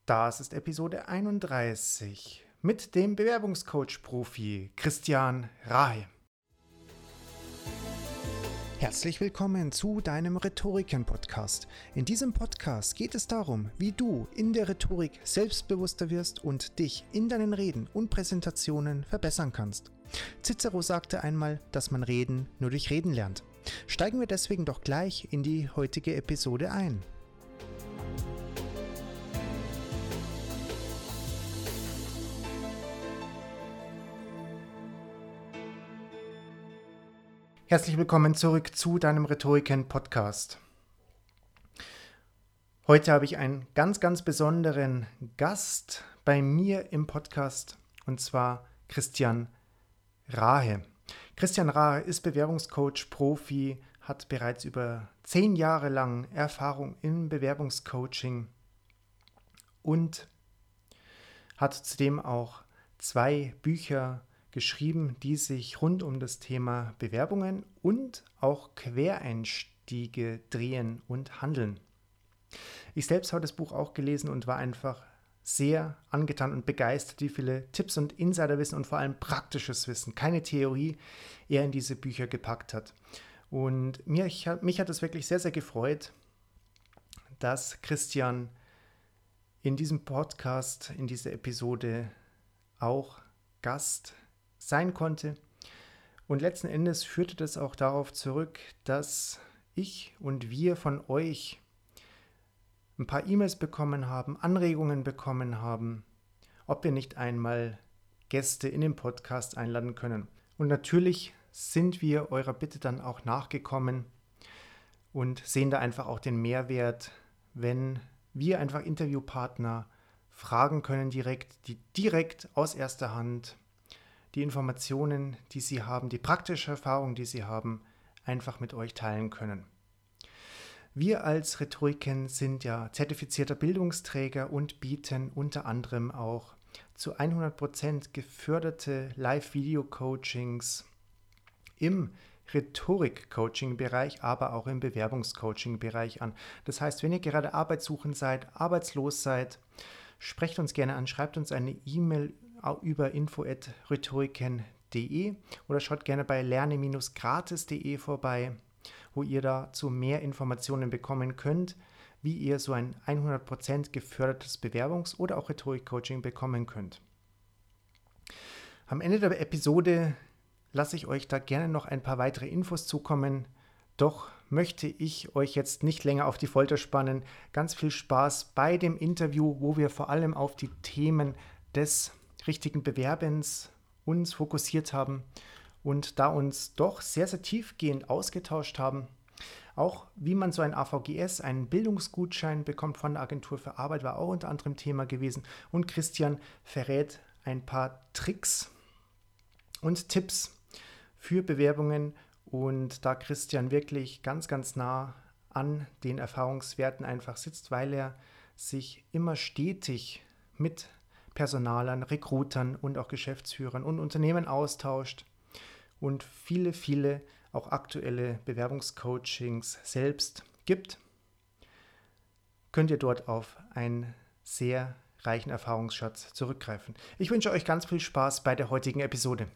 Das ist Episode 31 mit dem Bewerbungscoach-Profi Christian Rahe. Herzlich willkommen zu deinem Rhetoriken-Podcast. In diesem Podcast geht es darum, wie du in der Rhetorik selbstbewusster wirst und dich in deinen Reden und Präsentationen verbessern kannst. Cicero sagte einmal, dass man Reden nur durch Reden lernt. Steigen wir deswegen doch gleich in die heutige Episode ein. Herzlich willkommen zurück zu deinem Rhetoriken-Podcast. Heute habe ich einen ganz besonderen Gast bei mir im Podcast, und zwar Christian Rahe. Christian Rahe ist Bewerbungscoach, Profi, hat bereits über 10 Jahre lang Erfahrung im Bewerbungscoaching und hat zudem auch 2 Bücher geschrieben, die sich rund um das Thema Bewerbungen und auch Quereinstiege drehen und handeln. Ich selbst habe das Buch auch gelesen und war einfach sehr angetan und begeistert, wie viele Tipps und Insiderwissen und vor allem praktisches Wissen, keine Theorie, er in diese Bücher gepackt hat. Und mich hat es wirklich sehr gefreut, dass Christian in diesem Podcast, in dieser Episode auch Gast sein konnte. Und letzten Endes führte das auch darauf zurück, dass ich und wir von euch ein paar E-Mails bekommen haben, Anregungen bekommen haben, ob wir nicht einmal Gäste in den Podcast einladen können. Und natürlich sind wir eurer Bitte dann auch nachgekommen und sehen da einfach auch den Mehrwert, wenn wir einfach Interviewpartner fragen können die direkt aus erster Hand die Informationen, die sie haben, die praktische Erfahrung, die sie haben, einfach mit euch teilen können. Wir als Rhetoriken sind ja zertifizierter Bildungsträger und bieten unter anderem auch zu 100% geförderte Live-Video-Coachings im Rhetorik-Coaching-Bereich, aber auch im Bewerbungscoaching-Bereich an. Das heißt, wenn ihr gerade arbeitssuchend seid, arbeitslos seid, sprecht uns gerne an, schreibt uns eine E-Mail über info@rhetoriken.de oder schaut gerne bei lerne-gratis.de vorbei, wo ihr dazu mehr Informationen bekommen könnt, wie ihr so ein 100% gefördertes Bewerbungs- oder auch Rhetorik-Coaching bekommen könnt. Am Ende der Episode lasse ich euch da gerne noch ein paar weitere Infos zukommen, doch möchte ich euch jetzt nicht länger auf die Folter spannen. Ganz viel Spaß bei dem Interview, wo wir vor allem auf die Themen des richtigen Bewerbens uns fokussiert haben und da uns doch sehr tiefgehend ausgetauscht haben. Auch wie man so ein AVGS, einen Bildungsgutschein bekommt von der Agentur für Arbeit, war auch unter anderem Thema gewesen. Und Christian verrät ein paar Tricks und Tipps für Bewerbungen. Und da Christian wirklich ganz nah an den Erfahrungswerten einfach sitzt, weil er sich immer stetig mit Personalern, Recruitern und auch Geschäftsführern und Unternehmen austauscht und viele auch aktuelle Bewerbungscoachings selbst gibt, könnt ihr dort auf einen sehr reichen Erfahrungsschatz zurückgreifen. Ich wünsche euch ganz viel Spaß bei der heutigen Episode.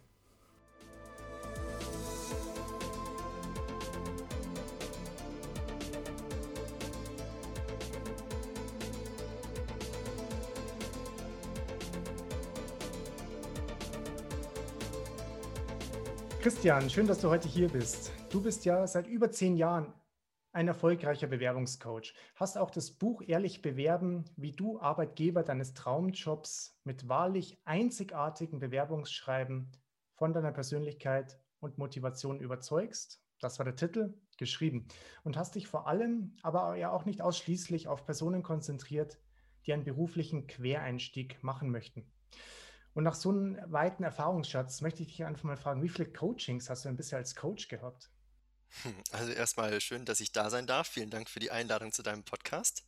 Christian, schön, dass du heute hier bist. Du bist ja seit über 10 Jahren ein erfolgreicher Bewerbungscoach. Hast auch das Buch Ehrlich bewerben, wie du Arbeitgeber deines Traumjobs mit wahrlich einzigartigen Bewerbungsschreiben von deiner Persönlichkeit und Motivation überzeugst. Das war der Titel, geschrieben. Und hast dich vor allem, aber ja auch nicht ausschließlich auf Personen konzentriert, die einen beruflichen Quereinstieg machen möchten. Und nach so einem weiten Erfahrungsschatz möchte ich dich einfach mal fragen, wie viele Coachings hast du denn bisher als Coach gehabt? Also erstmal schön, dass ich da sein darf. Vielen Dank für die Einladung zu deinem Podcast.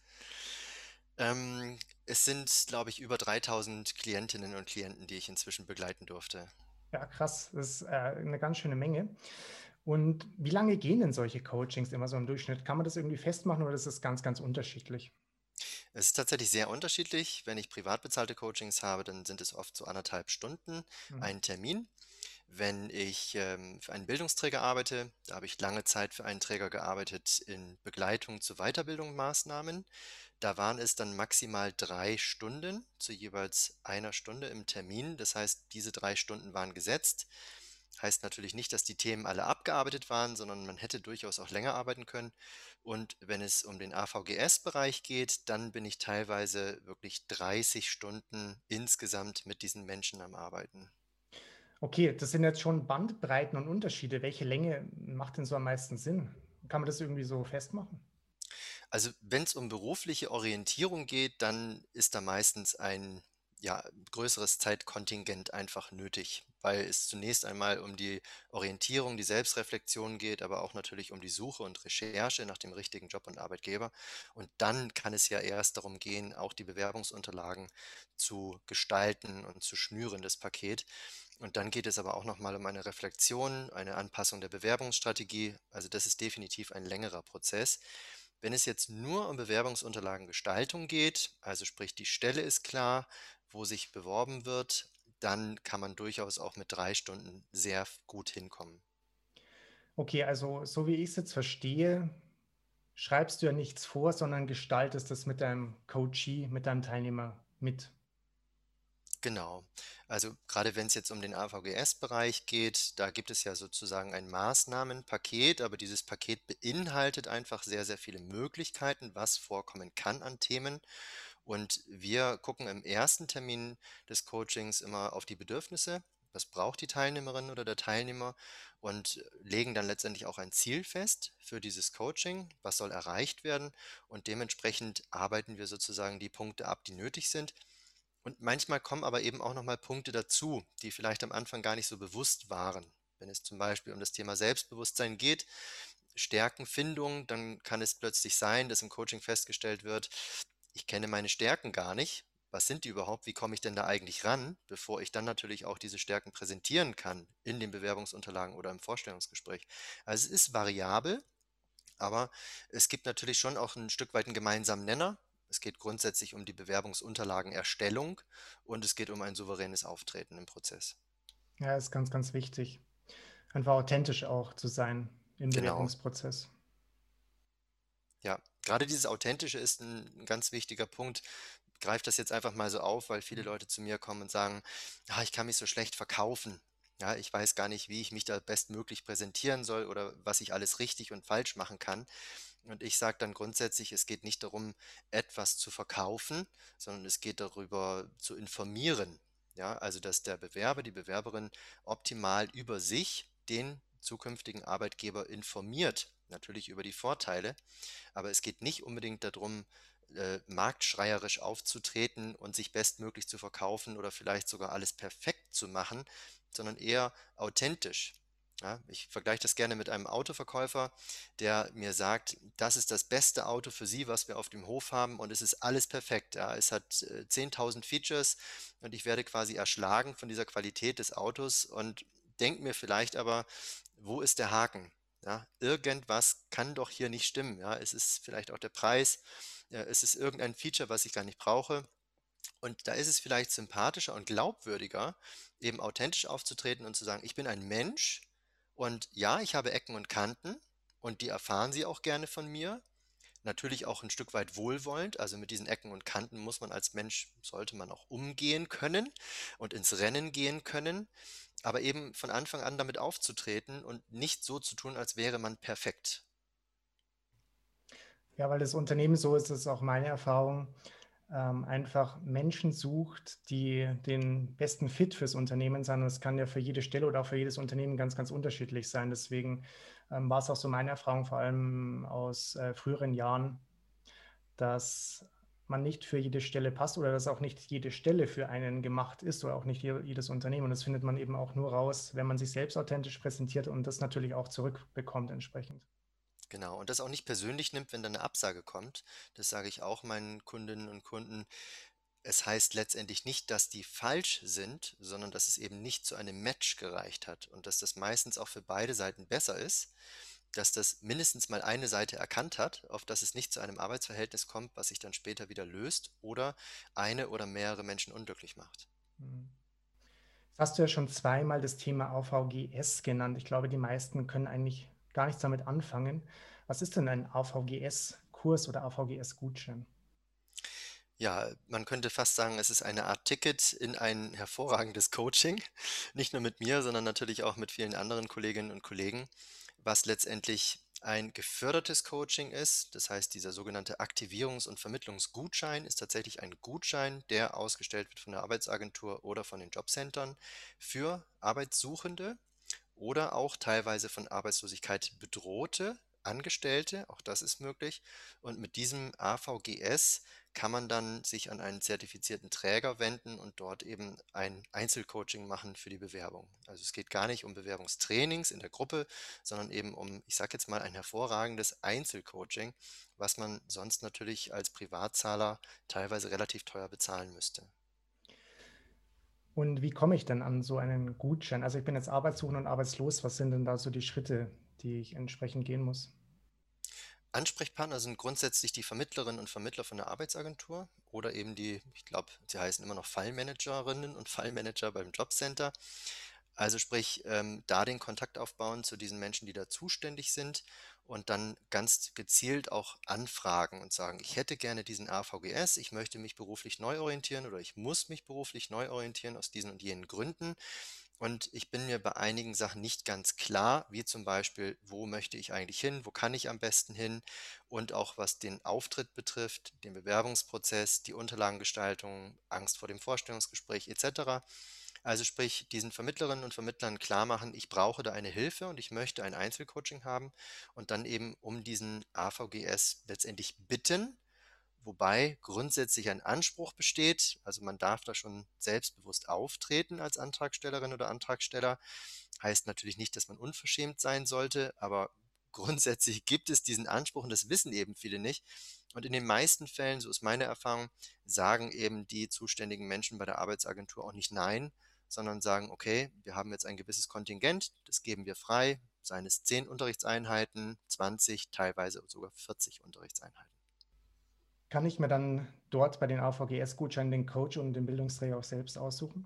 Es sind, glaube ich, über 3000 Klientinnen und Klienten, die ich inzwischen begleiten durfte. Ja, krass, das ist eine ganz schöne Menge. Und wie lange gehen denn solche Coachings immer so im Durchschnitt? Kann man das irgendwie festmachen oder ist das ganz unterschiedlich? Es ist tatsächlich sehr unterschiedlich. Wenn ich privat bezahlte Coachings habe, dann sind es oft so 1,5 Stunden, Mhm. ein Termin. Wenn ich für einen Bildungsträger arbeite, da habe ich lange Zeit für einen Träger gearbeitet in Begleitung zu Weiterbildungsmaßnahmen. Da waren es dann maximal 3 Stunden zu jeweils einer Stunde im Termin. Das heißt, diese 3 Stunden waren gesetzt. Heißt natürlich nicht, dass die Themen alle abgearbeitet waren, sondern man hätte durchaus auch länger arbeiten können. Und wenn es um den AVGS-Bereich geht, dann bin ich teilweise wirklich 30 Stunden insgesamt mit diesen Menschen am Arbeiten. Okay, das sind jetzt schon Bandbreiten und Unterschiede. Welche Länge macht denn so am meisten Sinn? Kann man das irgendwie so festmachen? Also, wenn es um berufliche Orientierung geht, dann ist da meistens ein, ja, größeres Zeitkontingent einfach nötig, weil es zunächst einmal um die Orientierung, die Selbstreflexion geht, aber auch natürlich um die Suche und Recherche nach dem richtigen Job und Arbeitgeber. Und dann kann es ja erst darum gehen, auch die Bewerbungsunterlagen zu gestalten und zu schnüren, das Paket. Und dann geht es aber auch noch mal um eine Reflexion, eine Anpassung der Bewerbungsstrategie. Also, das ist definitiv ein längerer Prozess. Wenn es jetzt nur um Bewerbungsunterlagengestaltung geht, also sprich die Stelle ist klar, wo sich beworben wird, dann kann man durchaus auch mit 3 Stunden sehr gut hinkommen. Okay, also so wie ich es jetzt verstehe, schreibst du ja nichts vor, sondern gestaltest das mit deinem Coachee, mit deinem Teilnehmer mit. Genau. Also gerade wenn es jetzt um den AVGS-Bereich geht, da gibt es ja sozusagen ein Maßnahmenpaket, aber dieses Paket beinhaltet einfach sehr, sehr viele Möglichkeiten, was vorkommen kann an Themen. Und wir gucken im ersten Termin des Coachings immer auf die Bedürfnisse. Was braucht die Teilnehmerin oder der Teilnehmer? Und legen dann letztendlich auch ein Ziel fest für dieses Coaching. Was soll erreicht werden? Und dementsprechend arbeiten wir sozusagen die Punkte ab, die nötig sind. Und manchmal kommen aber eben auch noch mal Punkte dazu, die vielleicht am Anfang gar nicht so bewusst waren. Wenn es zum Beispiel um das Thema Selbstbewusstsein geht, Stärkenfindung, dann kann es plötzlich sein, dass im Coaching festgestellt wird, ich kenne meine Stärken gar nicht. Was sind die überhaupt? Wie komme ich denn da eigentlich ran, bevor ich dann natürlich auch diese Stärken präsentieren kann in den Bewerbungsunterlagen oder im Vorstellungsgespräch? Also es ist variabel, aber es gibt natürlich schon auch ein Stück weit einen gemeinsamen Nenner. Es geht grundsätzlich um die Bewerbungsunterlagenerstellung und es geht um ein souveränes Auftreten im Prozess. Ja, ist ganz, ganz wichtig. Einfach authentisch auch zu sein im Genau, Bewerbungsprozess. ja. Gerade dieses Authentische ist ein ganz wichtiger Punkt. Greife das jetzt einfach mal so auf, weil viele Leute zu mir kommen und sagen: „Ah, ich kann mich so schlecht verkaufen. Ja, ich weiß gar nicht, wie ich mich da bestmöglich präsentieren soll oder was ich alles richtig und falsch machen kann.“ Und ich sage dann grundsätzlich, es geht nicht darum, etwas zu verkaufen, sondern es geht darüber zu informieren. Ja, also dass der Bewerber, die Bewerberin optimal über sich, den zukünftigen Arbeitgeber informiert, natürlich über die Vorteile, aber es geht nicht unbedingt darum, marktschreierisch aufzutreten und sich bestmöglich zu verkaufen oder vielleicht sogar alles perfekt zu machen, sondern eher authentisch. Ja, ich vergleiche das gerne mit einem Autoverkäufer, der mir sagt, das ist das beste Auto für Sie, was wir auf dem Hof haben und es ist alles perfekt. Ja. Es hat 10.000 Features und ich werde quasi erschlagen von dieser Qualität des Autos und denke mir vielleicht aber, wo ist der Haken? Ja, irgendwas kann doch hier nicht stimmen. Ja, es ist vielleicht auch der Preis, es ist irgendein Feature, was ich gar nicht brauche. Und da ist es vielleicht sympathischer und glaubwürdiger, eben authentisch aufzutreten und zu sagen, ich bin ein Mensch und ja, ich habe Ecken und Kanten und die erfahren Sie auch gerne von mir. Natürlich auch ein Stück weit wohlwollend. Also mit diesen Ecken und Kanten muss man als Mensch, sollte man auch umgehen können und ins Rennen gehen können, aber eben von Anfang an damit aufzutreten und nicht so zu tun, als wäre man perfekt. Ja, weil das Unternehmen, so ist es auch meine Erfahrung, einfach Menschen sucht, die den besten Fit fürs Unternehmen sind. Und es kann ja für jede Stelle oder auch für jedes Unternehmen ganz, ganz unterschiedlich sein. Deswegen war es auch so meine Erfahrung, vor allem aus früheren Jahren, dass man nicht für jede Stelle passt oder dass auch nicht jede Stelle für einen gemacht ist oder auch nicht jedes Unternehmen. Und das findet man eben auch nur raus, wenn man sich selbst authentisch präsentiert und das natürlich auch zurückbekommt entsprechend. Genau, und das auch nicht persönlich nimmt, wenn da 'ne Absage kommt. Das sage ich auch meinen Kundinnen und Kunden. Es heißt letztendlich nicht, dass die falsch sind, sondern dass es eben nicht zu einem Match gereicht hat und dass das meistens auch für beide Seiten besser ist, dass das mindestens mal eine Seite erkannt hat, auf dass es nicht zu einem Arbeitsverhältnis kommt, was sich dann später wieder löst oder eine oder mehrere Menschen unglücklich macht. Mhm. Jetzt hast du ja schon zweimal das Thema AVGS genannt. Ich glaube, die meisten können eigentlich gar nichts damit anfangen. Was ist denn ein AVGS-Kurs oder AVGS-Gutschein? Ja, man könnte fast sagen, es ist eine Art Ticket in ein hervorragendes Coaching. Nicht nur mit mir, sondern natürlich auch mit vielen anderen Kolleginnen und Kollegen, was letztendlich ein gefördertes Coaching ist. Das heißt, dieser sogenannte Aktivierungs- und Vermittlungsgutschein ist tatsächlich ein Gutschein, der ausgestellt wird von der Arbeitsagentur oder von den Jobcentern für Arbeitssuchende oder auch teilweise von Arbeitslosigkeit bedrohte Angestellte, auch das ist möglich. Und mit diesem AVGS kann man dann sich an einen zertifizierten Träger wenden und dort eben ein Einzelcoaching machen für die Bewerbung. Also es geht gar nicht um Bewerbungstrainings in der Gruppe, sondern eben um, ich sage jetzt mal, ein hervorragendes Einzelcoaching, was man sonst natürlich als Privatzahler teilweise relativ teuer bezahlen müsste. Und wie komme ich denn an so einen Gutschein? Also ich bin jetzt arbeitssuchend und arbeitslos. Was sind denn da so die Schritte, die ich entsprechend gehen muss? Ansprechpartner sind grundsätzlich die Vermittlerinnen und Vermittler von der Arbeitsagentur oder eben die, ich glaube, sie heißen immer noch Fallmanagerinnen und Fallmanager beim Jobcenter. Also sprich, da den Kontakt aufbauen zu diesen Menschen, die da zuständig sind und dann ganz gezielt auch anfragen und sagen, ich hätte gerne diesen AVGS, ich möchte mich beruflich neu orientieren oder ich muss mich beruflich neu orientieren aus diesen und jenen Gründen. Und ich bin mir bei einigen Sachen nicht ganz klar, wie zum Beispiel, wo möchte ich eigentlich hin, wo kann ich am besten hin und auch was den Auftritt betrifft, den Bewerbungsprozess, die Unterlagengestaltung, Angst vor dem Vorstellungsgespräch etc. Also sprich, diesen Vermittlerinnen und Vermittlern klar machen, ich brauche da eine Hilfe und ich möchte ein Einzelcoaching haben und dann eben um diesen AVGS letztendlich bitten, wobei grundsätzlich ein Anspruch besteht. Also man darf da schon selbstbewusst auftreten als Antragstellerin oder Antragsteller. Heißt natürlich nicht, dass man unverschämt sein sollte, aber grundsätzlich gibt es diesen Anspruch und das wissen eben viele nicht. Und in den meisten Fällen, so ist meine Erfahrung, sagen eben die zuständigen Menschen bei der Arbeitsagentur auch nicht nein, sondern sagen, okay, wir haben jetzt ein gewisses Kontingent, das geben wir frei, seien es 10 Unterrichtseinheiten, 20, teilweise sogar 40 Unterrichtseinheiten. Kann ich mir dann dort bei den AVGS-Gutscheinen den Coach und den Bildungsträger auch selbst aussuchen?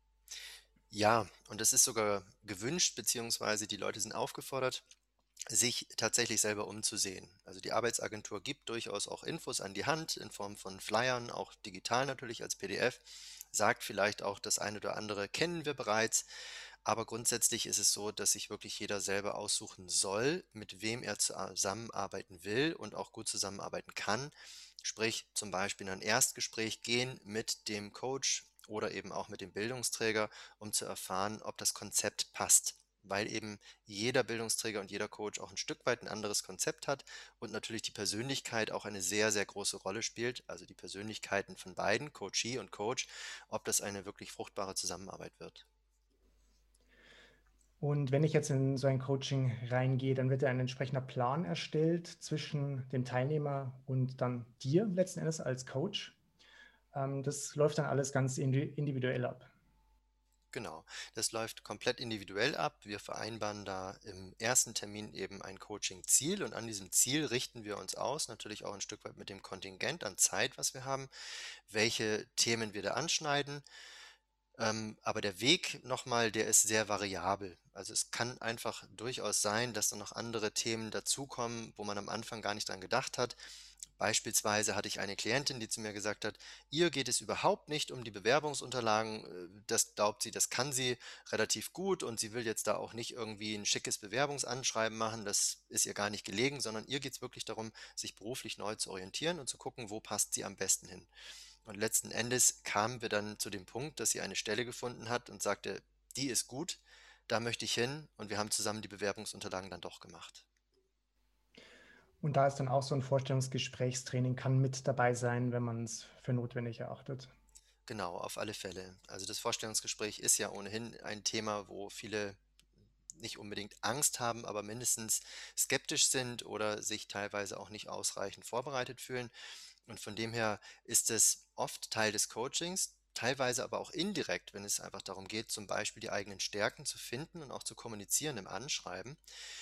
Ja, und das ist sogar gewünscht, beziehungsweise die Leute sind aufgefordert, sich tatsächlich selber umzusehen. Also die Arbeitsagentur gibt durchaus auch Infos an die Hand in Form von Flyern, auch digital natürlich als PDF, sagt vielleicht auch, das eine oder andere kennen wir bereits, aber grundsätzlich ist es so, dass sich wirklich jeder selber aussuchen soll, mit wem er zusammenarbeiten will und auch gut zusammenarbeiten kann. Sprich, zum Beispiel in ein Erstgespräch gehen mit dem Coach oder eben auch mit dem Bildungsträger, um zu erfahren, ob das Konzept passt. Weil eben jeder Bildungsträger und jeder Coach auch ein Stück weit ein anderes Konzept hat und natürlich die Persönlichkeit auch eine sehr, sehr große Rolle spielt. Also die Persönlichkeiten von beiden, Coachee und Coach, ob das eine wirklich fruchtbare Zusammenarbeit wird. Und wenn ich jetzt in so ein Coaching reingehe, dann wird ja ein entsprechender Plan erstellt zwischen dem Teilnehmer und dann dir letzten Endes als Coach. Das läuft dann alles ganz individuell ab. Genau, das läuft komplett individuell ab. Wir vereinbaren da im ersten Termin eben ein Coaching-Ziel und an diesem Ziel richten wir uns aus, natürlich auch ein Stück weit mit dem Kontingent an Zeit, was wir haben, welche Themen wir da anschneiden. Aber der Weg nochmal, der ist sehr variabel. Also es kann einfach durchaus sein, dass dann noch andere Themen dazukommen, wo man am Anfang gar nicht dran gedacht hat. Beispielsweise hatte ich eine Klientin, die zu mir gesagt hat, ihr geht es überhaupt nicht um die Bewerbungsunterlagen. Das glaubt sie, das kann sie relativ gut und sie will jetzt da auch nicht irgendwie ein schickes Bewerbungsanschreiben machen. Das ist ihr gar nicht gelegen, sondern ihr geht es wirklich darum, sich beruflich neu zu orientieren und zu gucken, wo passt sie am besten hin. Und letzten Endes kamen wir dann zu dem Punkt, dass sie eine Stelle gefunden hat und sagte, die ist gut, da möchte ich hin und wir haben zusammen die Bewerbungsunterlagen dann doch gemacht. Und da ist dann auch so ein Vorstellungsgesprächstraining kann mit dabei sein, wenn man es für notwendig erachtet. Genau, auf alle Fälle. Also das Vorstellungsgespräch ist ja ohnehin ein Thema, wo viele nicht unbedingt Angst haben, aber mindestens skeptisch sind oder sich teilweise auch nicht ausreichend vorbereitet fühlen. Und von dem her ist es oft Teil des Coachings, teilweise aber auch indirekt, wenn es einfach darum geht, zum Beispiel die eigenen Stärken zu finden und auch zu kommunizieren im Anschreiben.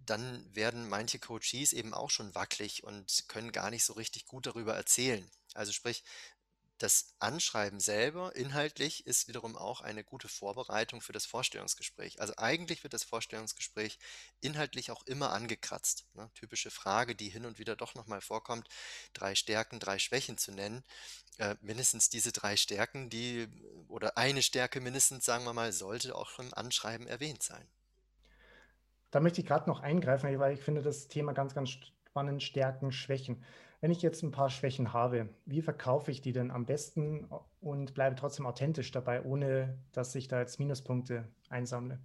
dann werden manche Coaches eben auch schon wackelig und können gar nicht so richtig gut darüber erzählen. Also sprich, das Anschreiben selber inhaltlich ist wiederum auch eine gute Vorbereitung für das Vorstellungsgespräch. Also eigentlich wird das Vorstellungsgespräch inhaltlich auch immer angekratzt, ne? Typische Frage, die hin und wieder doch noch mal vorkommt, 3 Stärken, 3 Schwächen zu nennen. Mindestens diese 3 Stärken, die oder eine Stärke mindestens, sagen wir mal, sollte auch im Anschreiben erwähnt sein. Da möchte ich gerade noch eingreifen, weil ich finde das Thema ganz, ganz spannend, Stärken, Schwächen. Wenn ich jetzt ein paar Schwächen habe, wie verkaufe ich die denn am besten und bleibe trotzdem authentisch dabei, ohne dass ich da jetzt Minuspunkte einsammle?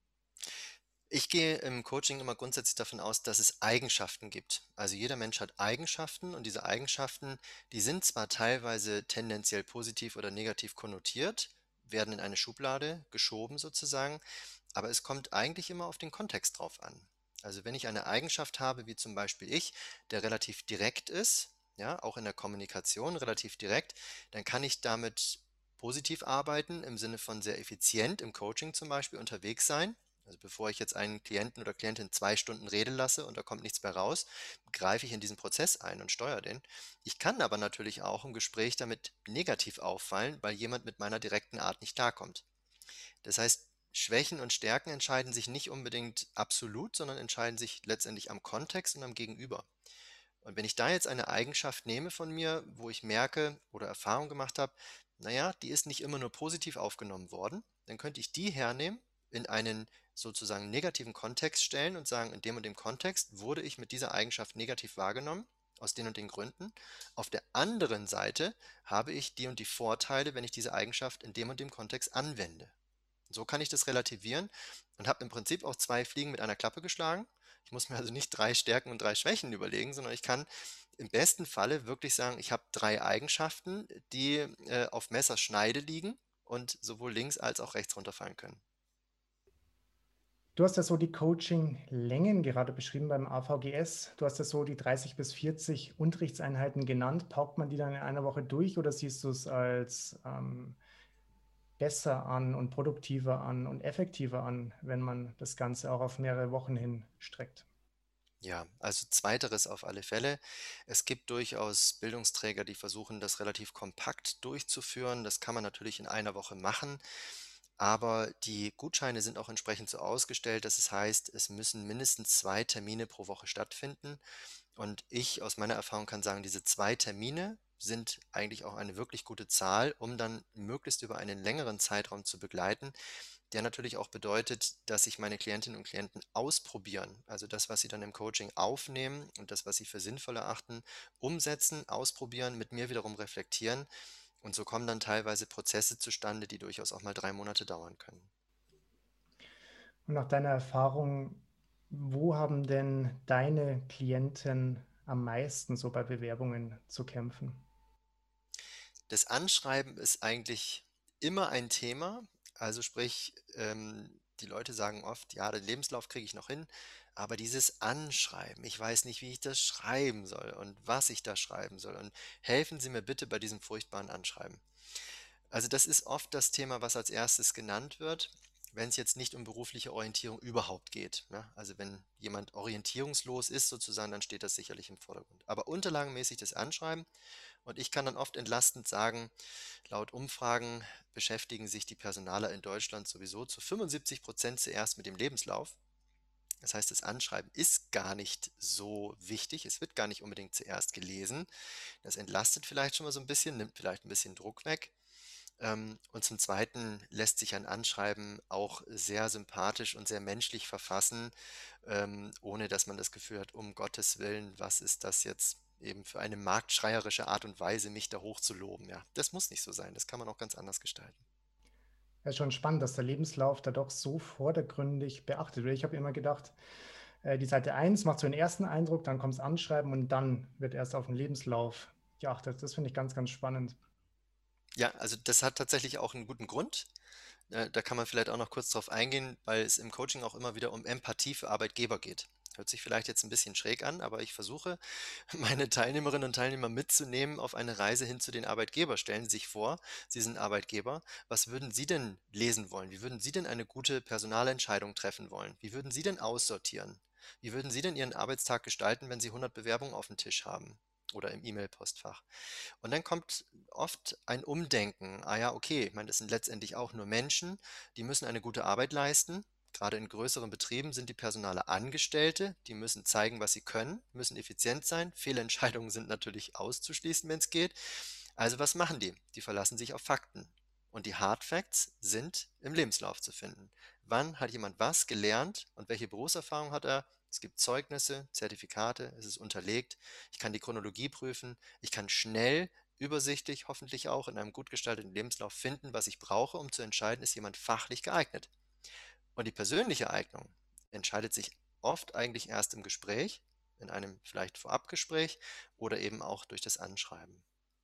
Ich gehe im Coaching immer grundsätzlich davon aus, dass es Eigenschaften gibt. Also jeder Mensch hat Eigenschaften und diese Eigenschaften, die sind zwar teilweise tendenziell positiv oder negativ konnotiert, werden in eine Schublade geschoben sozusagen, aber es kommt eigentlich immer auf den Kontext drauf an. Also wenn ich eine Eigenschaft habe, wie zum Beispiel ich, der relativ direkt ist, ja, auch in der Kommunikation relativ direkt, dann kann ich damit positiv arbeiten, im Sinne von sehr effizient im Coaching zum Beispiel unterwegs sein. Also bevor ich jetzt einen Klienten oder Klientin 2 Stunden reden lasse und da kommt nichts mehr raus, greife ich in diesen Prozess ein und steuere den. Ich kann aber natürlich auch im Gespräch damit negativ auffallen, weil jemand mit meiner direkten Art nicht klarkommt. Das heißt, Schwächen und Stärken entscheiden sich nicht unbedingt absolut, sondern entscheiden sich letztendlich am Kontext und am Gegenüber. Und wenn ich da jetzt eine Eigenschaft nehme von mir, wo ich merke oder Erfahrung gemacht habe, naja, die ist nicht immer nur positiv aufgenommen worden, dann könnte ich die hernehmen, in einen sozusagen negativen Kontext stellen und sagen, in dem und dem Kontext wurde ich mit dieser Eigenschaft negativ wahrgenommen, aus den und den Gründen. Auf der anderen Seite habe ich die und die Vorteile, wenn ich diese Eigenschaft in dem und dem Kontext anwende. So kann ich das relativieren und habe im Prinzip auch 2 Fliegen mit einer Klappe geschlagen. Ich muss mir also nicht 3 Stärken und 3 Schwächen überlegen, sondern ich kann im besten Falle wirklich sagen, ich habe 3 Eigenschaften, die, auf Messerschneide liegen und sowohl links als auch rechts runterfallen können. Du hast ja so die Coaching-Längen gerade beschrieben beim AVGS. Du hast ja so die 30 bis 40 Unterrichtseinheiten genannt. Paukt man die dann in einer Woche durch oder siehst du es als besser an und produktiver an und effektiver an, wenn man das Ganze auch auf mehrere Wochen hin streckt? Ja, also zweiteres auf alle Fälle. Es gibt durchaus Bildungsträger, die versuchen, das relativ kompakt durchzuführen. Das kann man natürlich in einer Woche machen, aber die Gutscheine sind auch entsprechend so ausgestellt, dass es heißt, es müssen mindestens 2 Termine pro Woche stattfinden. Und ich aus meiner Erfahrung kann sagen, diese 2 Termine sind eigentlich auch eine wirklich gute Zahl, um dann möglichst über einen längeren Zeitraum zu begleiten, der natürlich auch bedeutet, dass sich meine Klientinnen und Klienten ausprobieren. Also das, was sie dann im Coaching aufnehmen und das, was sie für sinnvoll erachten, umsetzen, ausprobieren, mit mir wiederum reflektieren. Und so kommen dann teilweise Prozesse zustande, die durchaus auch mal 3 Monate dauern können. Und nach deiner Erfahrung, wo haben denn deine Klienten am meisten so bei Bewerbungen zu kämpfen? Das Anschreiben ist eigentlich immer ein Thema. Also sprich, die Leute sagen oft, ja, den Lebenslauf kriege ich noch hin, aber dieses Anschreiben, ich weiß nicht, wie ich das schreiben soll und was ich da schreiben soll. Und helfen Sie mir bitte bei diesem furchtbaren Anschreiben. Also das ist oft das Thema, was als erstes genannt wird, wenn es jetzt nicht um berufliche Orientierung überhaupt geht. Ne? Also wenn jemand orientierungslos ist sozusagen, dann steht das sicherlich im Vordergrund. Aber unterlagenmäßig das Anschreiben und ich kann dann oft entlastend sagen, laut Umfragen beschäftigen sich die Personaler in Deutschland sowieso zu 75% zuerst mit dem Lebenslauf. Das heißt, das Anschreiben ist gar nicht so wichtig. Es wird gar nicht unbedingt zuerst gelesen. Das entlastet vielleicht schon mal so ein bisschen, nimmt vielleicht ein bisschen Druck weg. Und zum Zweiten lässt sich ein Anschreiben auch sehr sympathisch und sehr menschlich verfassen, ohne dass man das Gefühl hat, um Gottes Willen, was ist das jetzt eben für eine marktschreierische Art und Weise, mich da hochzuloben. Ja, das muss nicht so sein. Das kann man auch ganz anders gestalten. Ja, ist schon spannend, dass der Lebenslauf da doch so vordergründig beachtet wird. Ich habe immer gedacht, die Seite 1 macht so einen ersten Eindruck, dann kommt das Anschreiben und dann wird erst auf den Lebenslauf geachtet. Das finde ich ganz, ganz spannend. Ja, also das hat tatsächlich auch einen guten Grund. Da kann man vielleicht auch noch kurz drauf eingehen, weil es im Coaching auch immer wieder um Empathie für Arbeitgeber geht. Hört sich vielleicht jetzt ein bisschen schräg an, aber ich versuche, meine Teilnehmerinnen und Teilnehmer mitzunehmen auf eine Reise hin zu den Arbeitgeber. Stellen Sie sich vor, Sie sind Arbeitgeber. Was würden Sie denn lesen wollen? Wie würden Sie denn eine gute Personalentscheidung treffen wollen? Wie würden Sie denn aussortieren? Wie würden Sie denn Ihren Arbeitstag gestalten, wenn Sie 100 Bewerbungen auf dem Tisch haben oder im E-Mail-Postfach? Und dann kommt oft ein Umdenken. Ah ja, okay, ich meine, das sind letztendlich auch nur Menschen, die müssen eine gute Arbeit leisten. Gerade in größeren Betrieben sind die Personale Angestellte, die müssen zeigen, was sie können, müssen effizient sein. Fehlentscheidungen sind natürlich auszuschließen, wenn es geht. Also was machen die? Die verlassen sich auf Fakten. Und die Hard Facts sind im Lebenslauf zu finden. Wann hat jemand was gelernt und welche Berufserfahrung hat er? Es gibt Zeugnisse, Zertifikate, es ist unterlegt. Ich kann die Chronologie prüfen. Ich kann schnell, übersichtlich, hoffentlich auch in einem gut gestalteten Lebenslauf finden, was ich brauche, um zu entscheiden, ist jemand fachlich geeignet. Und die persönliche Eignung entscheidet sich oft eigentlich erst im Gespräch, in einem vielleicht Vorabgespräch oder eben auch durch das Anschreiben.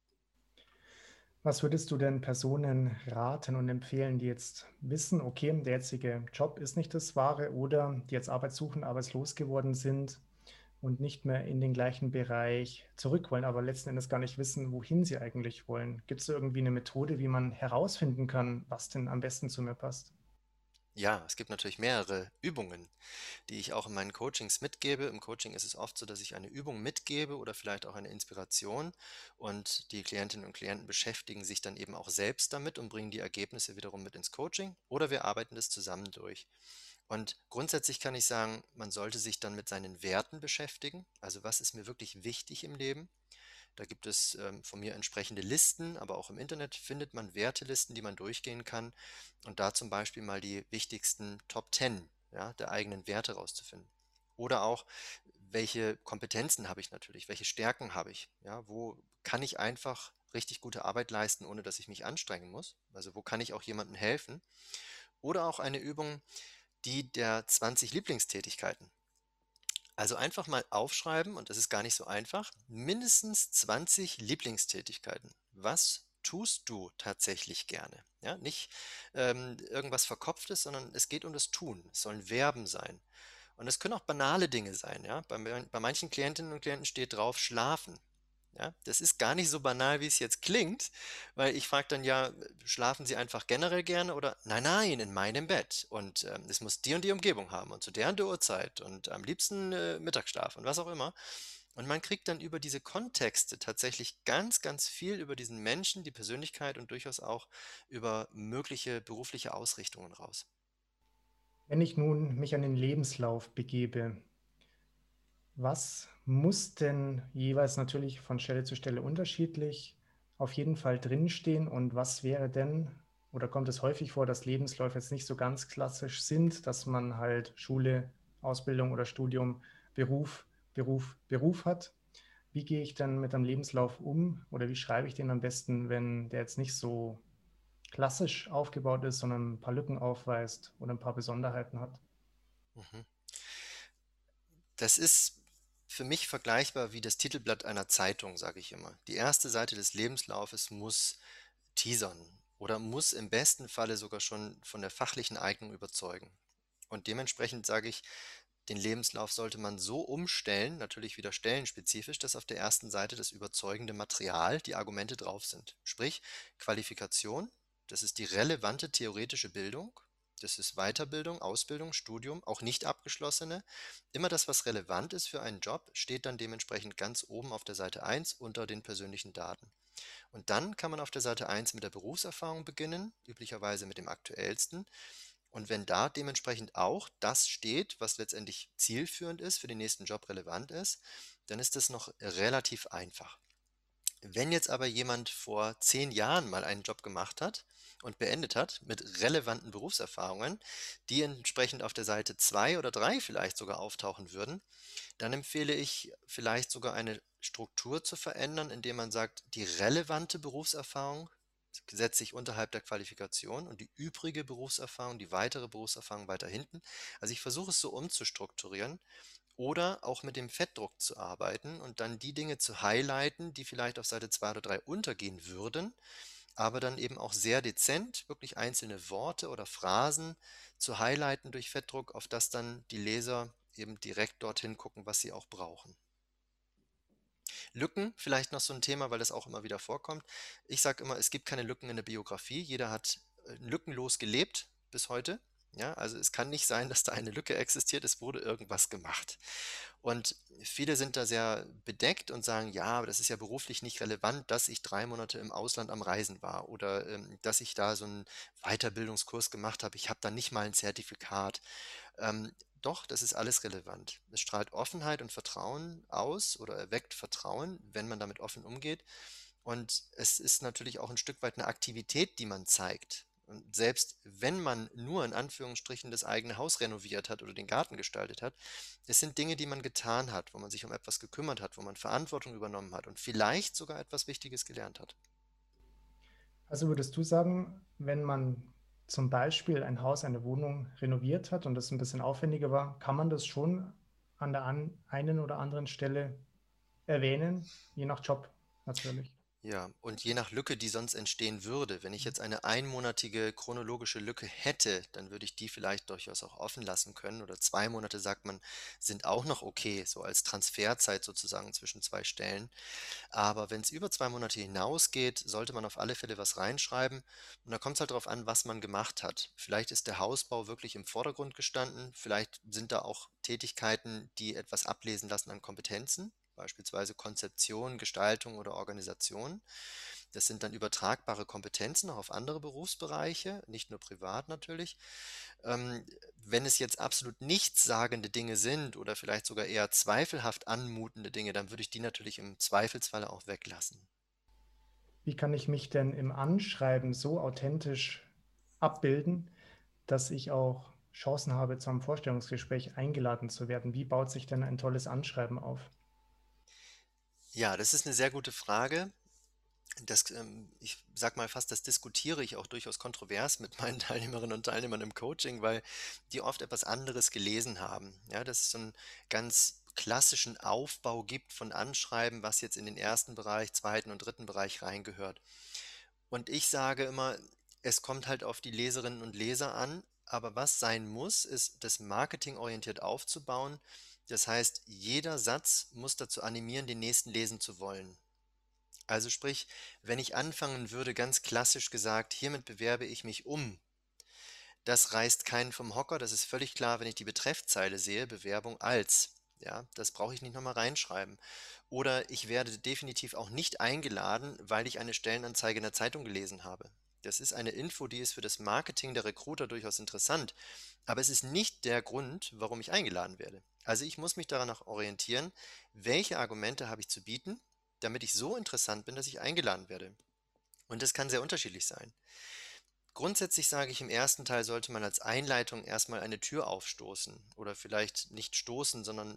Was würdest du denn Personen raten und empfehlen, die jetzt wissen, okay, der jetzige Job ist nicht das Wahre oder die jetzt Arbeit suchen, arbeitslos geworden sind und nicht mehr in den gleichen Bereich zurück wollen, aber letzten Endes gar nicht wissen, wohin sie eigentlich wollen? Gibt es irgendwie eine Methode, wie man herausfinden kann, was denn am besten zu mir passt? Ja, es gibt natürlich mehrere Übungen, die ich auch in meinen Coachings mitgebe. Im Coaching ist es oft so, dass ich eine Übung mitgebe oder vielleicht auch eine Inspiration und die Klientinnen und Klienten beschäftigen sich dann eben auch selbst damit und bringen die Ergebnisse wiederum mit ins Coaching oder wir arbeiten das zusammen durch. Und grundsätzlich kann ich sagen, man sollte sich dann mit seinen Werten beschäftigen. Also was ist mir wirklich wichtig im Leben? Da gibt es von mir entsprechende Listen, aber auch im Internet findet man Wertelisten, die man durchgehen kann und da zum Beispiel mal die wichtigsten Top 10, ja, der eigenen Werte rauszufinden. Oder auch, welche Kompetenzen habe ich natürlich, welche Stärken habe ich, ja, wo kann ich einfach richtig gute Arbeit leisten, ohne dass ich mich anstrengen muss? Also wo kann ich auch jemandem helfen? Oder auch eine Übung, die der 20 Lieblingstätigkeiten. Also einfach mal aufschreiben, und das ist gar nicht so einfach, mindestens 20 Lieblingstätigkeiten. Was tust du tatsächlich gerne? Ja, nicht irgendwas Verkopftes, sondern es geht um das Tun. Es sollen Verben sein. Und es können auch banale Dinge sein. Ja? Bei manchen Klientinnen und Klienten steht drauf Schlafen. Ja, das ist gar nicht so banal, wie es jetzt klingt, weil ich frage dann ja, schlafen Sie einfach generell gerne oder nein, nein, in meinem Bett und es muss die und die Umgebung haben und zu der und der Uhrzeit und am liebsten Mittagsschlaf und was auch immer. Und man kriegt dann über diese Kontexte tatsächlich ganz, ganz viel über diesen Menschen, die Persönlichkeit und durchaus auch über mögliche berufliche Ausrichtungen raus. Wenn ich nun mich an den Lebenslauf begebe, was muss denn jeweils natürlich von Stelle zu Stelle unterschiedlich auf jeden Fall drinstehen und was wäre denn, oder kommt es häufig vor, dass Lebensläufe jetzt nicht so ganz klassisch sind, dass man halt Schule, Ausbildung oder Studium, Beruf, Beruf hat? Wie gehe ich dann mit einem Lebenslauf um oder wie schreibe ich den am besten, wenn der jetzt nicht so klassisch aufgebaut ist, sondern ein paar Lücken aufweist oder ein paar Besonderheiten hat? Mhm. Das ist für mich vergleichbar wie das Titelblatt einer Zeitung, sage ich immer. Die erste Seite des Lebenslaufes muss teasern oder muss im besten Falle sogar schon von der fachlichen Eignung überzeugen. Und dementsprechend sage ich, den Lebenslauf sollte man so umstellen, natürlich wieder stellenspezifisch, dass auf der ersten Seite das überzeugende Material, die Argumente drauf sind. Sprich, Qualifikation, das ist die relevante theoretische Bildung, das ist Weiterbildung, Ausbildung, Studium, auch nicht abgeschlossene. Immer das, was relevant ist für einen Job, steht dann dementsprechend ganz oben auf der Seite 1 unter den persönlichen Daten. Und dann kann man auf der Seite 1 mit der Berufserfahrung beginnen, üblicherweise mit dem aktuellsten. Und wenn da dementsprechend auch das steht, was letztendlich zielführend ist, für den nächsten Job relevant ist, dann ist das noch relativ einfach. Wenn jetzt aber jemand vor 10 Jahren mal einen Job gemacht hat und beendet hat mit relevanten Berufserfahrungen, die entsprechend auf der Seite 2 oder 3 vielleicht sogar auftauchen würden, dann empfehle ich vielleicht sogar eine Struktur zu verändern, indem man sagt, die relevante Berufserfahrung setze ich unterhalb der Qualifikation und die übrige Berufserfahrung, die weitere Berufserfahrung weiter hinten. Also ich versuche es so umzustrukturieren oder auch mit dem Fettdruck zu arbeiten und dann die Dinge zu highlighten, die vielleicht auf Seite 2 oder 3 untergehen würden, aber dann eben auch sehr dezent, wirklich einzelne Worte oder Phrasen zu highlighten durch Fettdruck, auf das dann die Leser eben direkt dorthin gucken, was sie auch brauchen. Lücken, vielleicht noch so ein Thema, weil das auch immer wieder vorkommt. Ich sage immer, es gibt keine Lücken in der Biografie. Jeder hat lückenlos gelebt bis heute. Ja, also es kann nicht sein, dass da eine Lücke existiert. Es wurde irgendwas gemacht. Und viele sind da sehr bedeckt und sagen, ja, aber das ist ja beruflich nicht relevant, dass ich 3 Monate im Ausland am Reisen war oder dass ich da so einen Weiterbildungskurs gemacht habe. Ich habe da nicht mal ein Zertifikat. Doch, das ist alles relevant. Es strahlt Offenheit und Vertrauen aus oder erweckt Vertrauen, wenn man damit offen umgeht. Und es ist natürlich auch ein Stück weit eine Aktivität, die man zeigt. Und selbst wenn man nur in Anführungsstrichen das eigene Haus renoviert hat oder den Garten gestaltet hat, es sind Dinge, die man getan hat, wo man sich um etwas gekümmert hat, wo man Verantwortung übernommen hat und vielleicht sogar etwas Wichtiges gelernt hat. Also würdest du sagen, wenn man zum Beispiel ein Haus, eine Wohnung renoviert hat und das ein bisschen aufwendiger war, kann man das schon an der einen oder anderen Stelle erwähnen, je nach Job natürlich. Ja, und je nach Lücke, die sonst entstehen würde, wenn ich jetzt eine einmonatige chronologische Lücke hätte, dann würde ich die vielleicht durchaus auch offen lassen können. Oder 2 Monate, sagt man, sind auch noch okay, so als Transferzeit sozusagen zwischen zwei Stellen. Aber wenn es über 2 Monate hinausgeht, sollte man auf alle Fälle was reinschreiben. Und da kommt es halt darauf an, was man gemacht hat. Vielleicht ist der Hausbau wirklich im Vordergrund gestanden. Vielleicht sind da auch Tätigkeiten, die etwas ablesen lassen an Kompetenzen, beispielsweise Konzeption, Gestaltung oder Organisation. Das sind dann übertragbare Kompetenzen auch auf andere Berufsbereiche, nicht nur privat natürlich. Ähm, Wenn es jetzt absolut nichtssagende Dinge sind oder vielleicht sogar eher zweifelhaft anmutende Dinge, dann würde ich die natürlich im Zweifelsfalle auch weglassen. Wie kann ich mich denn im Anschreiben so authentisch abbilden, dass ich auch Chancen habe, zu einem Vorstellungsgespräch eingeladen zu werden? Wie baut sich denn ein tolles Anschreiben auf? Ja, das ist eine sehr gute Frage. Ich sage mal fast, das diskutiere ich auch durchaus kontrovers mit meinen Teilnehmerinnen und Teilnehmern im Coaching, weil die oft etwas anderes gelesen haben. Ja, dass es so einen ganz klassischen Aufbau gibt von Anschreiben, was jetzt in den ersten Bereich, zweiten und dritten Bereich reingehört. Und ich sage immer, es kommt halt auf die Leserinnen und Leser an, aber was sein muss, ist, das marketingorientiert aufzubauen. Das heißt, jeder Satz muss dazu animieren, den nächsten lesen zu wollen. Also sprich, wenn ich anfangen würde, ganz klassisch gesagt, hiermit bewerbe ich mich um, das reißt keinen vom Hocker, das ist völlig klar, wenn ich die Betreffzeile sehe, Bewerbung als. Ja, das brauche ich nicht nochmal reinschreiben. Oder ich werde definitiv auch nicht eingeladen, weil ich eine Stellenanzeige in der Zeitung gelesen habe. Das ist eine Info, die ist für das Marketing der Recruiter durchaus interessant, aber es ist nicht der Grund, warum ich eingeladen werde. Also ich muss mich daran auch orientieren, welche Argumente habe ich zu bieten, damit ich so interessant bin, dass ich eingeladen werde. Und das kann sehr unterschiedlich sein. Grundsätzlich sage ich, im ersten Teil sollte man als Einleitung erstmal eine Tür aufstoßen oder vielleicht nicht stoßen, sondern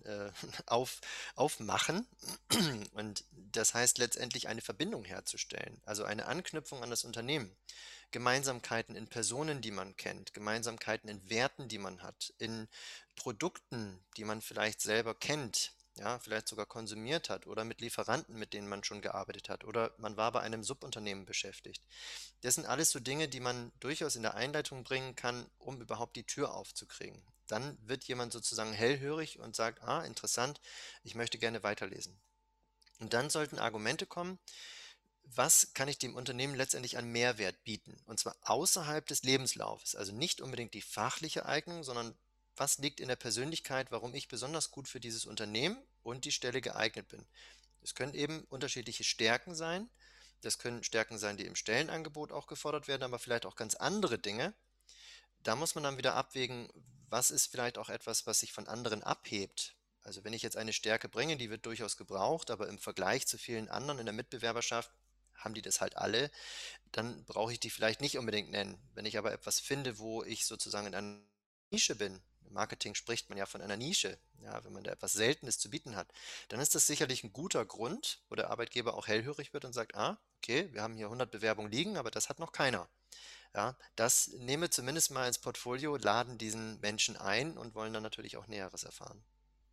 aufmachen. Und das heißt letztendlich eine Verbindung herzustellen, also eine Anknüpfung an das Unternehmen. Gemeinsamkeiten in Personen, die man kennt, Gemeinsamkeiten in Werten, die man hat, in Produkten, die man vielleicht selber kennt, ja, vielleicht sogar konsumiert hat oder mit Lieferanten, mit denen man schon gearbeitet hat oder man war bei einem Subunternehmen beschäftigt. Das sind alles so Dinge, die man durchaus in der Einleitung bringen kann, um überhaupt die Tür aufzukriegen. Dann wird jemand sozusagen hellhörig und sagt, ah, interessant, ich möchte gerne weiterlesen. Und dann sollten Argumente kommen, was kann ich dem Unternehmen letztendlich an Mehrwert bieten? Und zwar außerhalb des Lebenslaufes, also nicht unbedingt die fachliche Eignung, sondern was liegt in der Persönlichkeit, warum ich besonders gut für dieses Unternehmen und die Stelle geeignet bin. Es können eben unterschiedliche Stärken sein. Das können Stärken sein, die im Stellenangebot auch gefordert werden, aber vielleicht auch ganz andere Dinge. Da muss man dann wieder abwägen, was ist vielleicht auch etwas, was sich von anderen abhebt. Also wenn ich jetzt eine Stärke bringe, die wird durchaus gebraucht, aber im Vergleich zu vielen anderen in der Mitbewerberschaft haben die das halt alle, dann brauche ich die vielleicht nicht unbedingt nennen. Wenn ich aber etwas finde, wo ich sozusagen in einer Nische bin, im Marketing spricht man ja von einer Nische, ja, wenn man da etwas Seltenes zu bieten hat, dann ist das sicherlich ein guter Grund, wo der Arbeitgeber auch hellhörig wird und sagt, ah, okay, wir haben hier 100 Bewerbungen liegen, aber das hat noch keiner. Ja, das nehme zumindest mal ins Portfolio, laden diesen Menschen ein und wollen dann natürlich auch Näheres erfahren.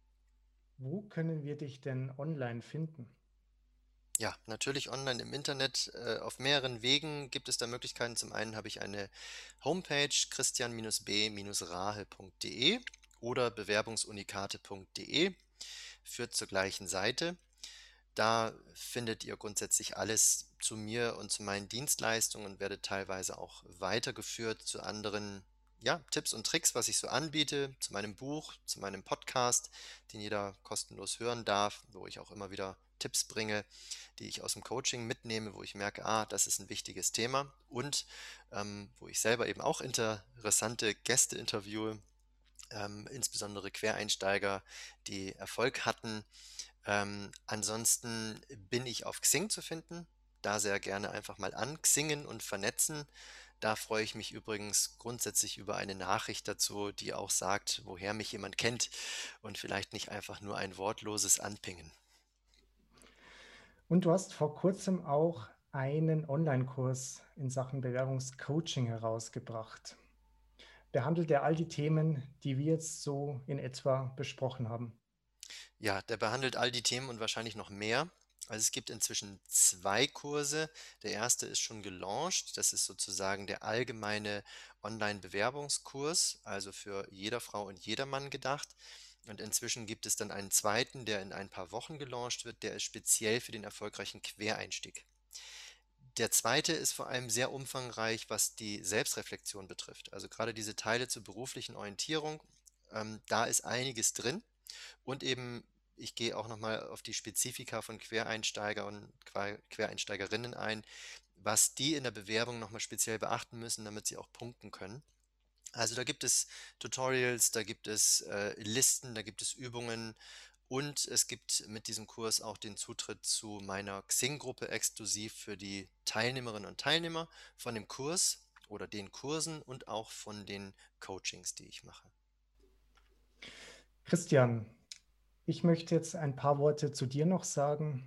Wo können wir dich denn online finden? Ja, natürlich online im Internet. Auf mehreren Wegen gibt es da Möglichkeiten. Zum einen habe ich eine Homepage christian-b-rahe.de oder bewerbungsunikate.de, führt zur gleichen Seite. Da findet ihr grundsätzlich alles zu mir und zu meinen Dienstleistungen und werdet teilweise auch weitergeführt zu anderen, ja, Tipps und Tricks, was ich so anbiete, zu meinem Buch, zu meinem Podcast, den jeder kostenlos hören darf, wo ich auch immer wieder Tipps bringe, die ich aus dem Coaching mitnehme, wo ich merke, das ist ein wichtiges Thema und wo ich selber eben auch interessante Gäste interviewe, insbesondere Quereinsteiger, die Erfolg hatten. Ansonsten bin ich auf Xing zu finden. Da sehr gerne einfach mal anxingen und vernetzen. Da freue ich mich übrigens grundsätzlich über eine Nachricht dazu, die auch sagt, woher mich jemand kennt und vielleicht nicht einfach nur ein wortloses Anpingen. Und du hast vor kurzem auch einen Online-Kurs in Sachen Bewerbungscoaching herausgebracht. Behandelt er all die Themen, die wir jetzt so in etwa besprochen haben? Ja, der behandelt all die Themen und wahrscheinlich noch mehr. Also es gibt inzwischen 2 Kurse. Der erste ist schon gelauncht. Das ist sozusagen der allgemeine Online-Bewerbungskurs, also für jeder Frau und jedermann gedacht. Und inzwischen gibt es dann einen zweiten, der in ein paar Wochen gelauncht wird. Der ist speziell für den erfolgreichen Quereinstieg. Der zweite ist vor allem sehr umfangreich, was die Selbstreflexion betrifft. Also gerade diese Teile zur beruflichen Orientierung, da ist einiges drin. Und eben, ich gehe auch nochmal auf die Spezifika von Quereinsteiger und Quereinsteigerinnen ein, was die in der Bewerbung nochmal speziell beachten müssen, damit sie auch punkten können. Also da gibt es Tutorials, da gibt es Listen, da gibt es Übungen und es gibt mit diesem Kurs auch den Zutritt zu meiner Xing-Gruppe exklusiv für die Teilnehmerinnen und Teilnehmer von dem Kurs oder den Kursen und auch von den Coachings, die ich mache. Christian, ich möchte jetzt ein paar Worte zu dir noch sagen.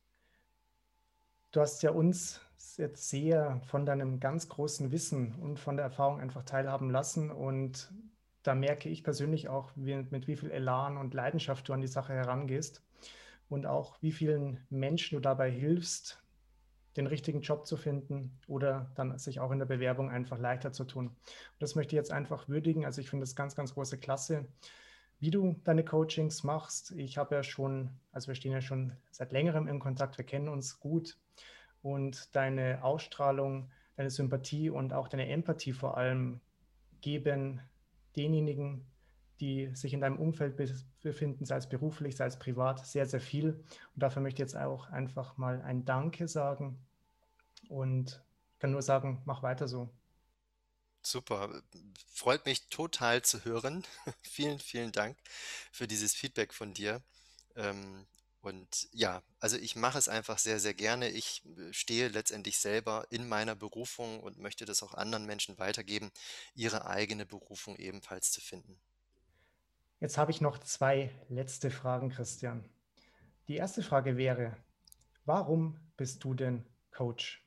Du hast ja uns jetzt sehr von deinem ganz großen Wissen und von der Erfahrung einfach teilhaben lassen. Und da merke ich persönlich auch, mit wie viel Elan und Leidenschaft du an die Sache herangehst und auch wie vielen Menschen du dabei hilfst, den richtigen Job zu finden oder dann sich auch in der Bewerbung einfach leichter zu tun. Und das möchte ich jetzt einfach würdigen. Also ich finde das ganz, ganz große Klasse, wie du deine Coachings machst. Ich habe ja schon, also wir stehen ja schon seit längerem in Kontakt, wir kennen uns gut und deine Ausstrahlung, deine Sympathie und auch deine Empathie vor allem geben denjenigen, die sich in deinem Umfeld befinden, sei es beruflich, sei es privat, sehr, sehr viel. Und dafür möchte ich jetzt auch einfach mal ein Danke sagen und ich kann nur sagen, mach weiter so. Super, freut mich total zu hören. Vielen, vielen Dank für dieses Feedback von dir. Ähm, und ja, also ich mache es einfach sehr, sehr gerne. Ich stehe letztendlich selber in meiner Berufung und möchte das auch anderen Menschen weitergeben, ihre eigene Berufung ebenfalls zu finden. Jetzt habe ich noch zwei letzte Fragen, Christian. Die erste Frage wäre, warum bist du denn Coach?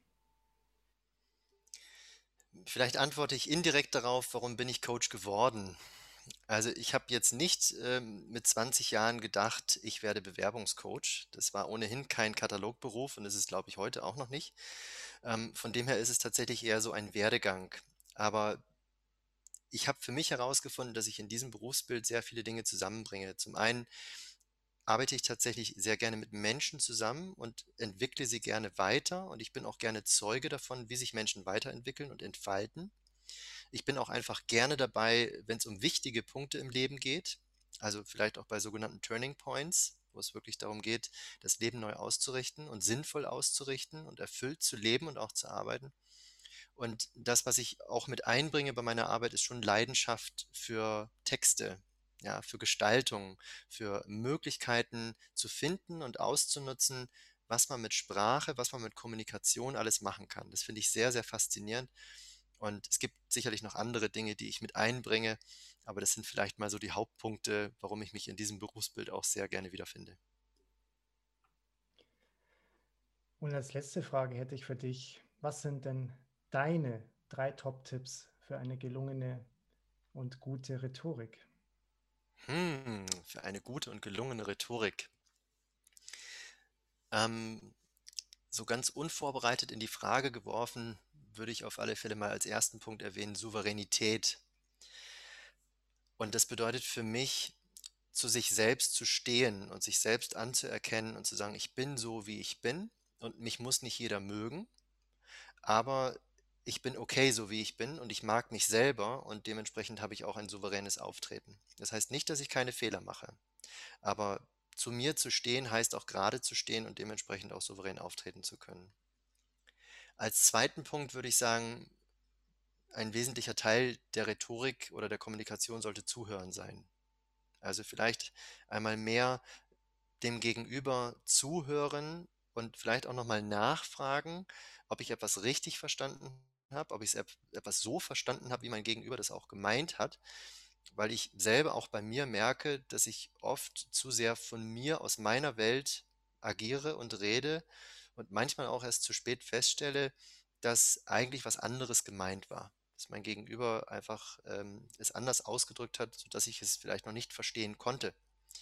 Vielleicht antworte ich indirekt darauf, warum bin ich Coach geworden? Also ich habe jetzt nicht mit 20 Jahren gedacht, ich werde Bewerbungscoach. Das war ohnehin kein Katalogberuf und das ist, glaube ich, heute auch noch nicht. Von dem her ist es tatsächlich eher so ein Werdegang. Aber ich habe für mich herausgefunden, dass ich in diesem Berufsbild sehr viele Dinge zusammenbringe. Zum einen arbeite ich tatsächlich sehr gerne mit Menschen zusammen und entwickle sie gerne weiter. Und ich bin auch gerne Zeuge davon, wie sich Menschen weiterentwickeln und entfalten. Ich bin auch einfach gerne dabei, wenn es um wichtige Punkte im Leben geht, also vielleicht auch bei sogenannten Turning Points, wo es wirklich darum geht, das Leben neu auszurichten und sinnvoll auszurichten und erfüllt zu leben und auch zu arbeiten. Und das, was ich auch mit einbringe bei meiner Arbeit, ist schon Leidenschaft für Texte, ja, für Gestaltung, für Möglichkeiten zu finden und auszunutzen, was man mit Sprache, was man mit Kommunikation alles machen kann. Das finde ich sehr, sehr faszinierend. Und es gibt sicherlich noch andere Dinge, die ich mit einbringe, aber das sind vielleicht mal so die Hauptpunkte, warum ich mich in diesem Berufsbild auch sehr gerne wiederfinde. Und als letzte Frage hätte ich für dich, was sind denn deine drei Top-Tipps für eine gelungene und gute Rhetorik? Für eine gute und gelungene Rhetorik. Ähm, so ganz unvorbereitet in die Frage geworfen, würde ich auf alle Fälle mal als ersten Punkt erwähnen, Souveränität. Und das bedeutet für mich, zu sich selbst zu stehen und sich selbst anzuerkennen und zu sagen: „Ich bin so, wie ich bin und mich muss nicht jeder mögen, aber ich bin okay, so wie ich bin und ich mag mich selber und dementsprechend habe ich auch ein souveränes Auftreten.“ Das heißt nicht, dass ich keine Fehler mache, aber zu mir zu stehen heißt auch gerade zu stehen und dementsprechend auch souverän auftreten zu können. Als zweiten Punkt würde ich sagen, ein wesentlicher Teil der Rhetorik oder der Kommunikation sollte Zuhören sein. Also vielleicht einmal mehr dem Gegenüber zuhören und vielleicht auch noch mal nachfragen, ob ich etwas richtig verstanden habe, ob ich etwas so verstanden habe, wie mein Gegenüber das auch gemeint hat, weil ich selber auch bei mir merke, dass ich oft zu sehr von mir aus meiner Welt agiere und rede und manchmal auch erst zu spät feststelle, dass eigentlich was anderes gemeint war. Dass mein Gegenüber einfach es anders ausgedrückt hat, sodass ich es vielleicht noch nicht verstehen konnte.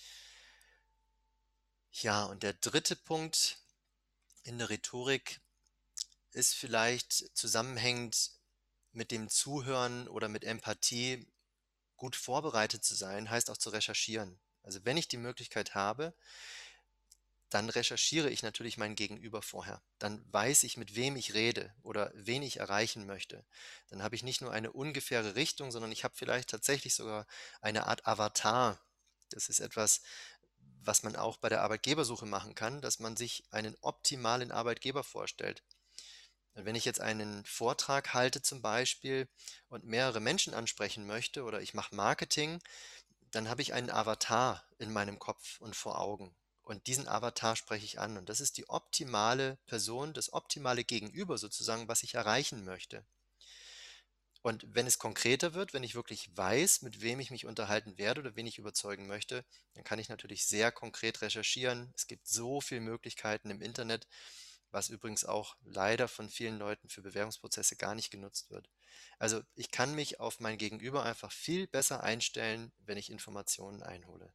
Ja, und der dritte Punkt in der Rhetorik ist vielleicht zusammenhängend mit dem Zuhören oder mit Empathie. Gut vorbereitet zu sein, heißt auch zu recherchieren. Also wenn ich die Möglichkeit habe, dann recherchiere ich natürlich mein Gegenüber vorher. Dann weiß ich, mit wem ich rede oder wen ich erreichen möchte. Dann habe ich nicht nur eine ungefähre Richtung, sondern ich habe vielleicht tatsächlich sogar eine Art Avatar. Das ist etwas, was man auch bei der Arbeitgebersuche machen kann, dass man sich einen optimalen Arbeitgeber vorstellt. Und wenn ich jetzt einen Vortrag halte zum Beispiel und mehrere Menschen ansprechen möchte oder ich mache Marketing, dann habe ich einen Avatar in meinem Kopf und vor Augen. Und diesen Avatar spreche ich an. Und das ist die optimale Person, das optimale Gegenüber sozusagen, was ich erreichen möchte. Und wenn es konkreter wird, wenn ich wirklich weiß, mit wem ich mich unterhalten werde oder wen ich überzeugen möchte, dann kann ich natürlich sehr konkret recherchieren. Es gibt so viele Möglichkeiten im Internet, was übrigens auch leider von vielen Leuten für Bewerbungsprozesse gar nicht genutzt wird. Also ich kann mich auf mein Gegenüber einfach viel besser einstellen, wenn ich Informationen einhole.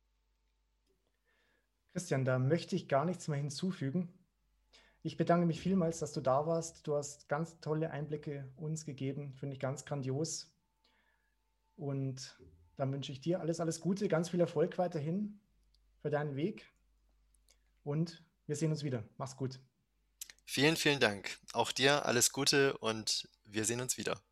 Christian, da möchte ich gar nichts mehr hinzufügen. Ich bedanke mich vielmals, dass du da warst. Du hast ganz tolle Einblicke uns gegeben, finde ich ganz grandios. Und dann wünsche ich dir alles, alles Gute, ganz viel Erfolg weiterhin für deinen Weg und wir sehen uns wieder. Mach's gut. Vielen, vielen Dank. Auch dir alles Gute und wir sehen uns wieder.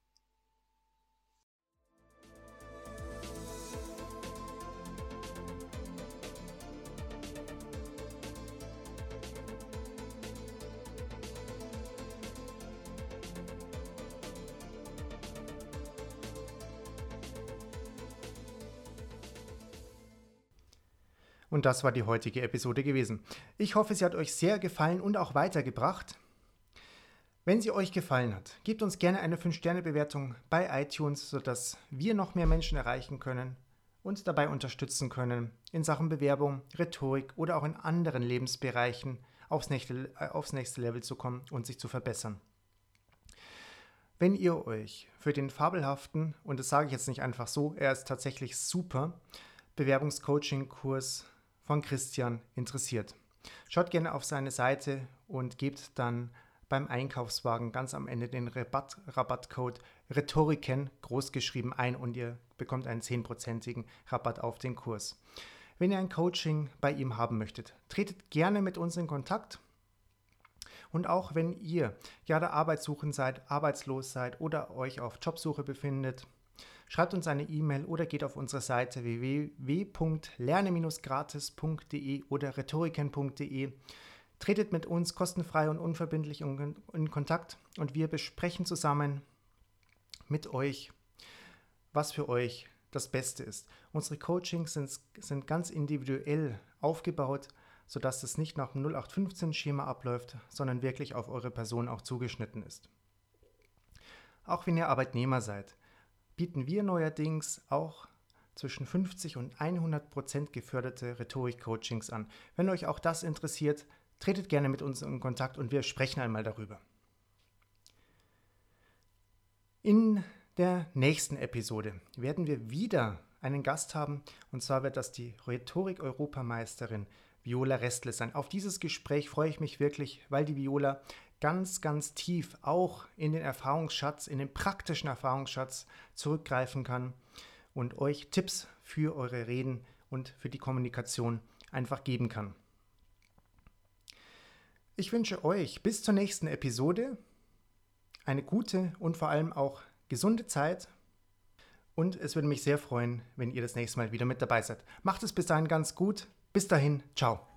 Und das war die heutige Episode gewesen. Ich hoffe, sie hat euch sehr gefallen und auch weitergebracht. Wenn sie euch gefallen hat, gebt uns gerne eine 5-Sterne-Bewertung bei iTunes, sodass wir noch mehr Menschen erreichen können und dabei unterstützen können, in Sachen Bewerbung, Rhetorik oder auch in anderen Lebensbereichen aufs nächste Level zu kommen und sich zu verbessern. Wenn ihr euch für den fabelhaften, und das sage ich jetzt nicht einfach so, er ist tatsächlich super, Bewerbungscoaching-Kurs von Christian interessiert, schaut gerne auf seine Seite und gebt dann beim Einkaufswagen ganz am Ende den Rabattcode Rhetoriken großgeschrieben ein und ihr bekommt einen 10%igen Rabatt auf den Kurs. Wenn ihr ein Coaching bei ihm haben möchtet, tretet gerne mit uns in Kontakt. Und auch wenn ihr gerade arbeitssuchend seid, arbeitslos seid oder euch auf Jobsuche befindet, schreibt uns eine E-Mail oder geht auf unsere Seite www.lerne-gratis.de oder rhetoriken.de. Tretet mit uns kostenfrei und unverbindlich in Kontakt und wir besprechen zusammen mit euch, was für euch das Beste ist. Unsere Coachings sind ganz individuell aufgebaut, sodass es nicht nach dem 0815-Schema abläuft, sondern wirklich auf eure Person auch zugeschnitten ist. Auch wenn ihr Arbeitnehmer seid, bieten wir neuerdings auch zwischen 50 und 100% geförderte Rhetorik-Coachings an. Wenn euch auch das interessiert, tretet gerne mit uns in Kontakt und wir sprechen einmal darüber. In der nächsten Episode werden wir wieder einen Gast haben, und zwar wird das die Rhetorik-Europameisterin Viola Restle sein. Auf dieses Gespräch freue ich mich wirklich, weil die Viola ganz, ganz tief auch in den Erfahrungsschatz, in den praktischen Erfahrungsschatz zurückgreifen kann und euch Tipps für eure Reden und für die Kommunikation einfach geben kann. Ich wünsche euch bis zur nächsten Episode eine gute und vor allem auch gesunde Zeit und es würde mich sehr freuen, wenn ihr das nächste Mal wieder mit dabei seid. Macht es bis dahin ganz gut. Bis dahin, ciao.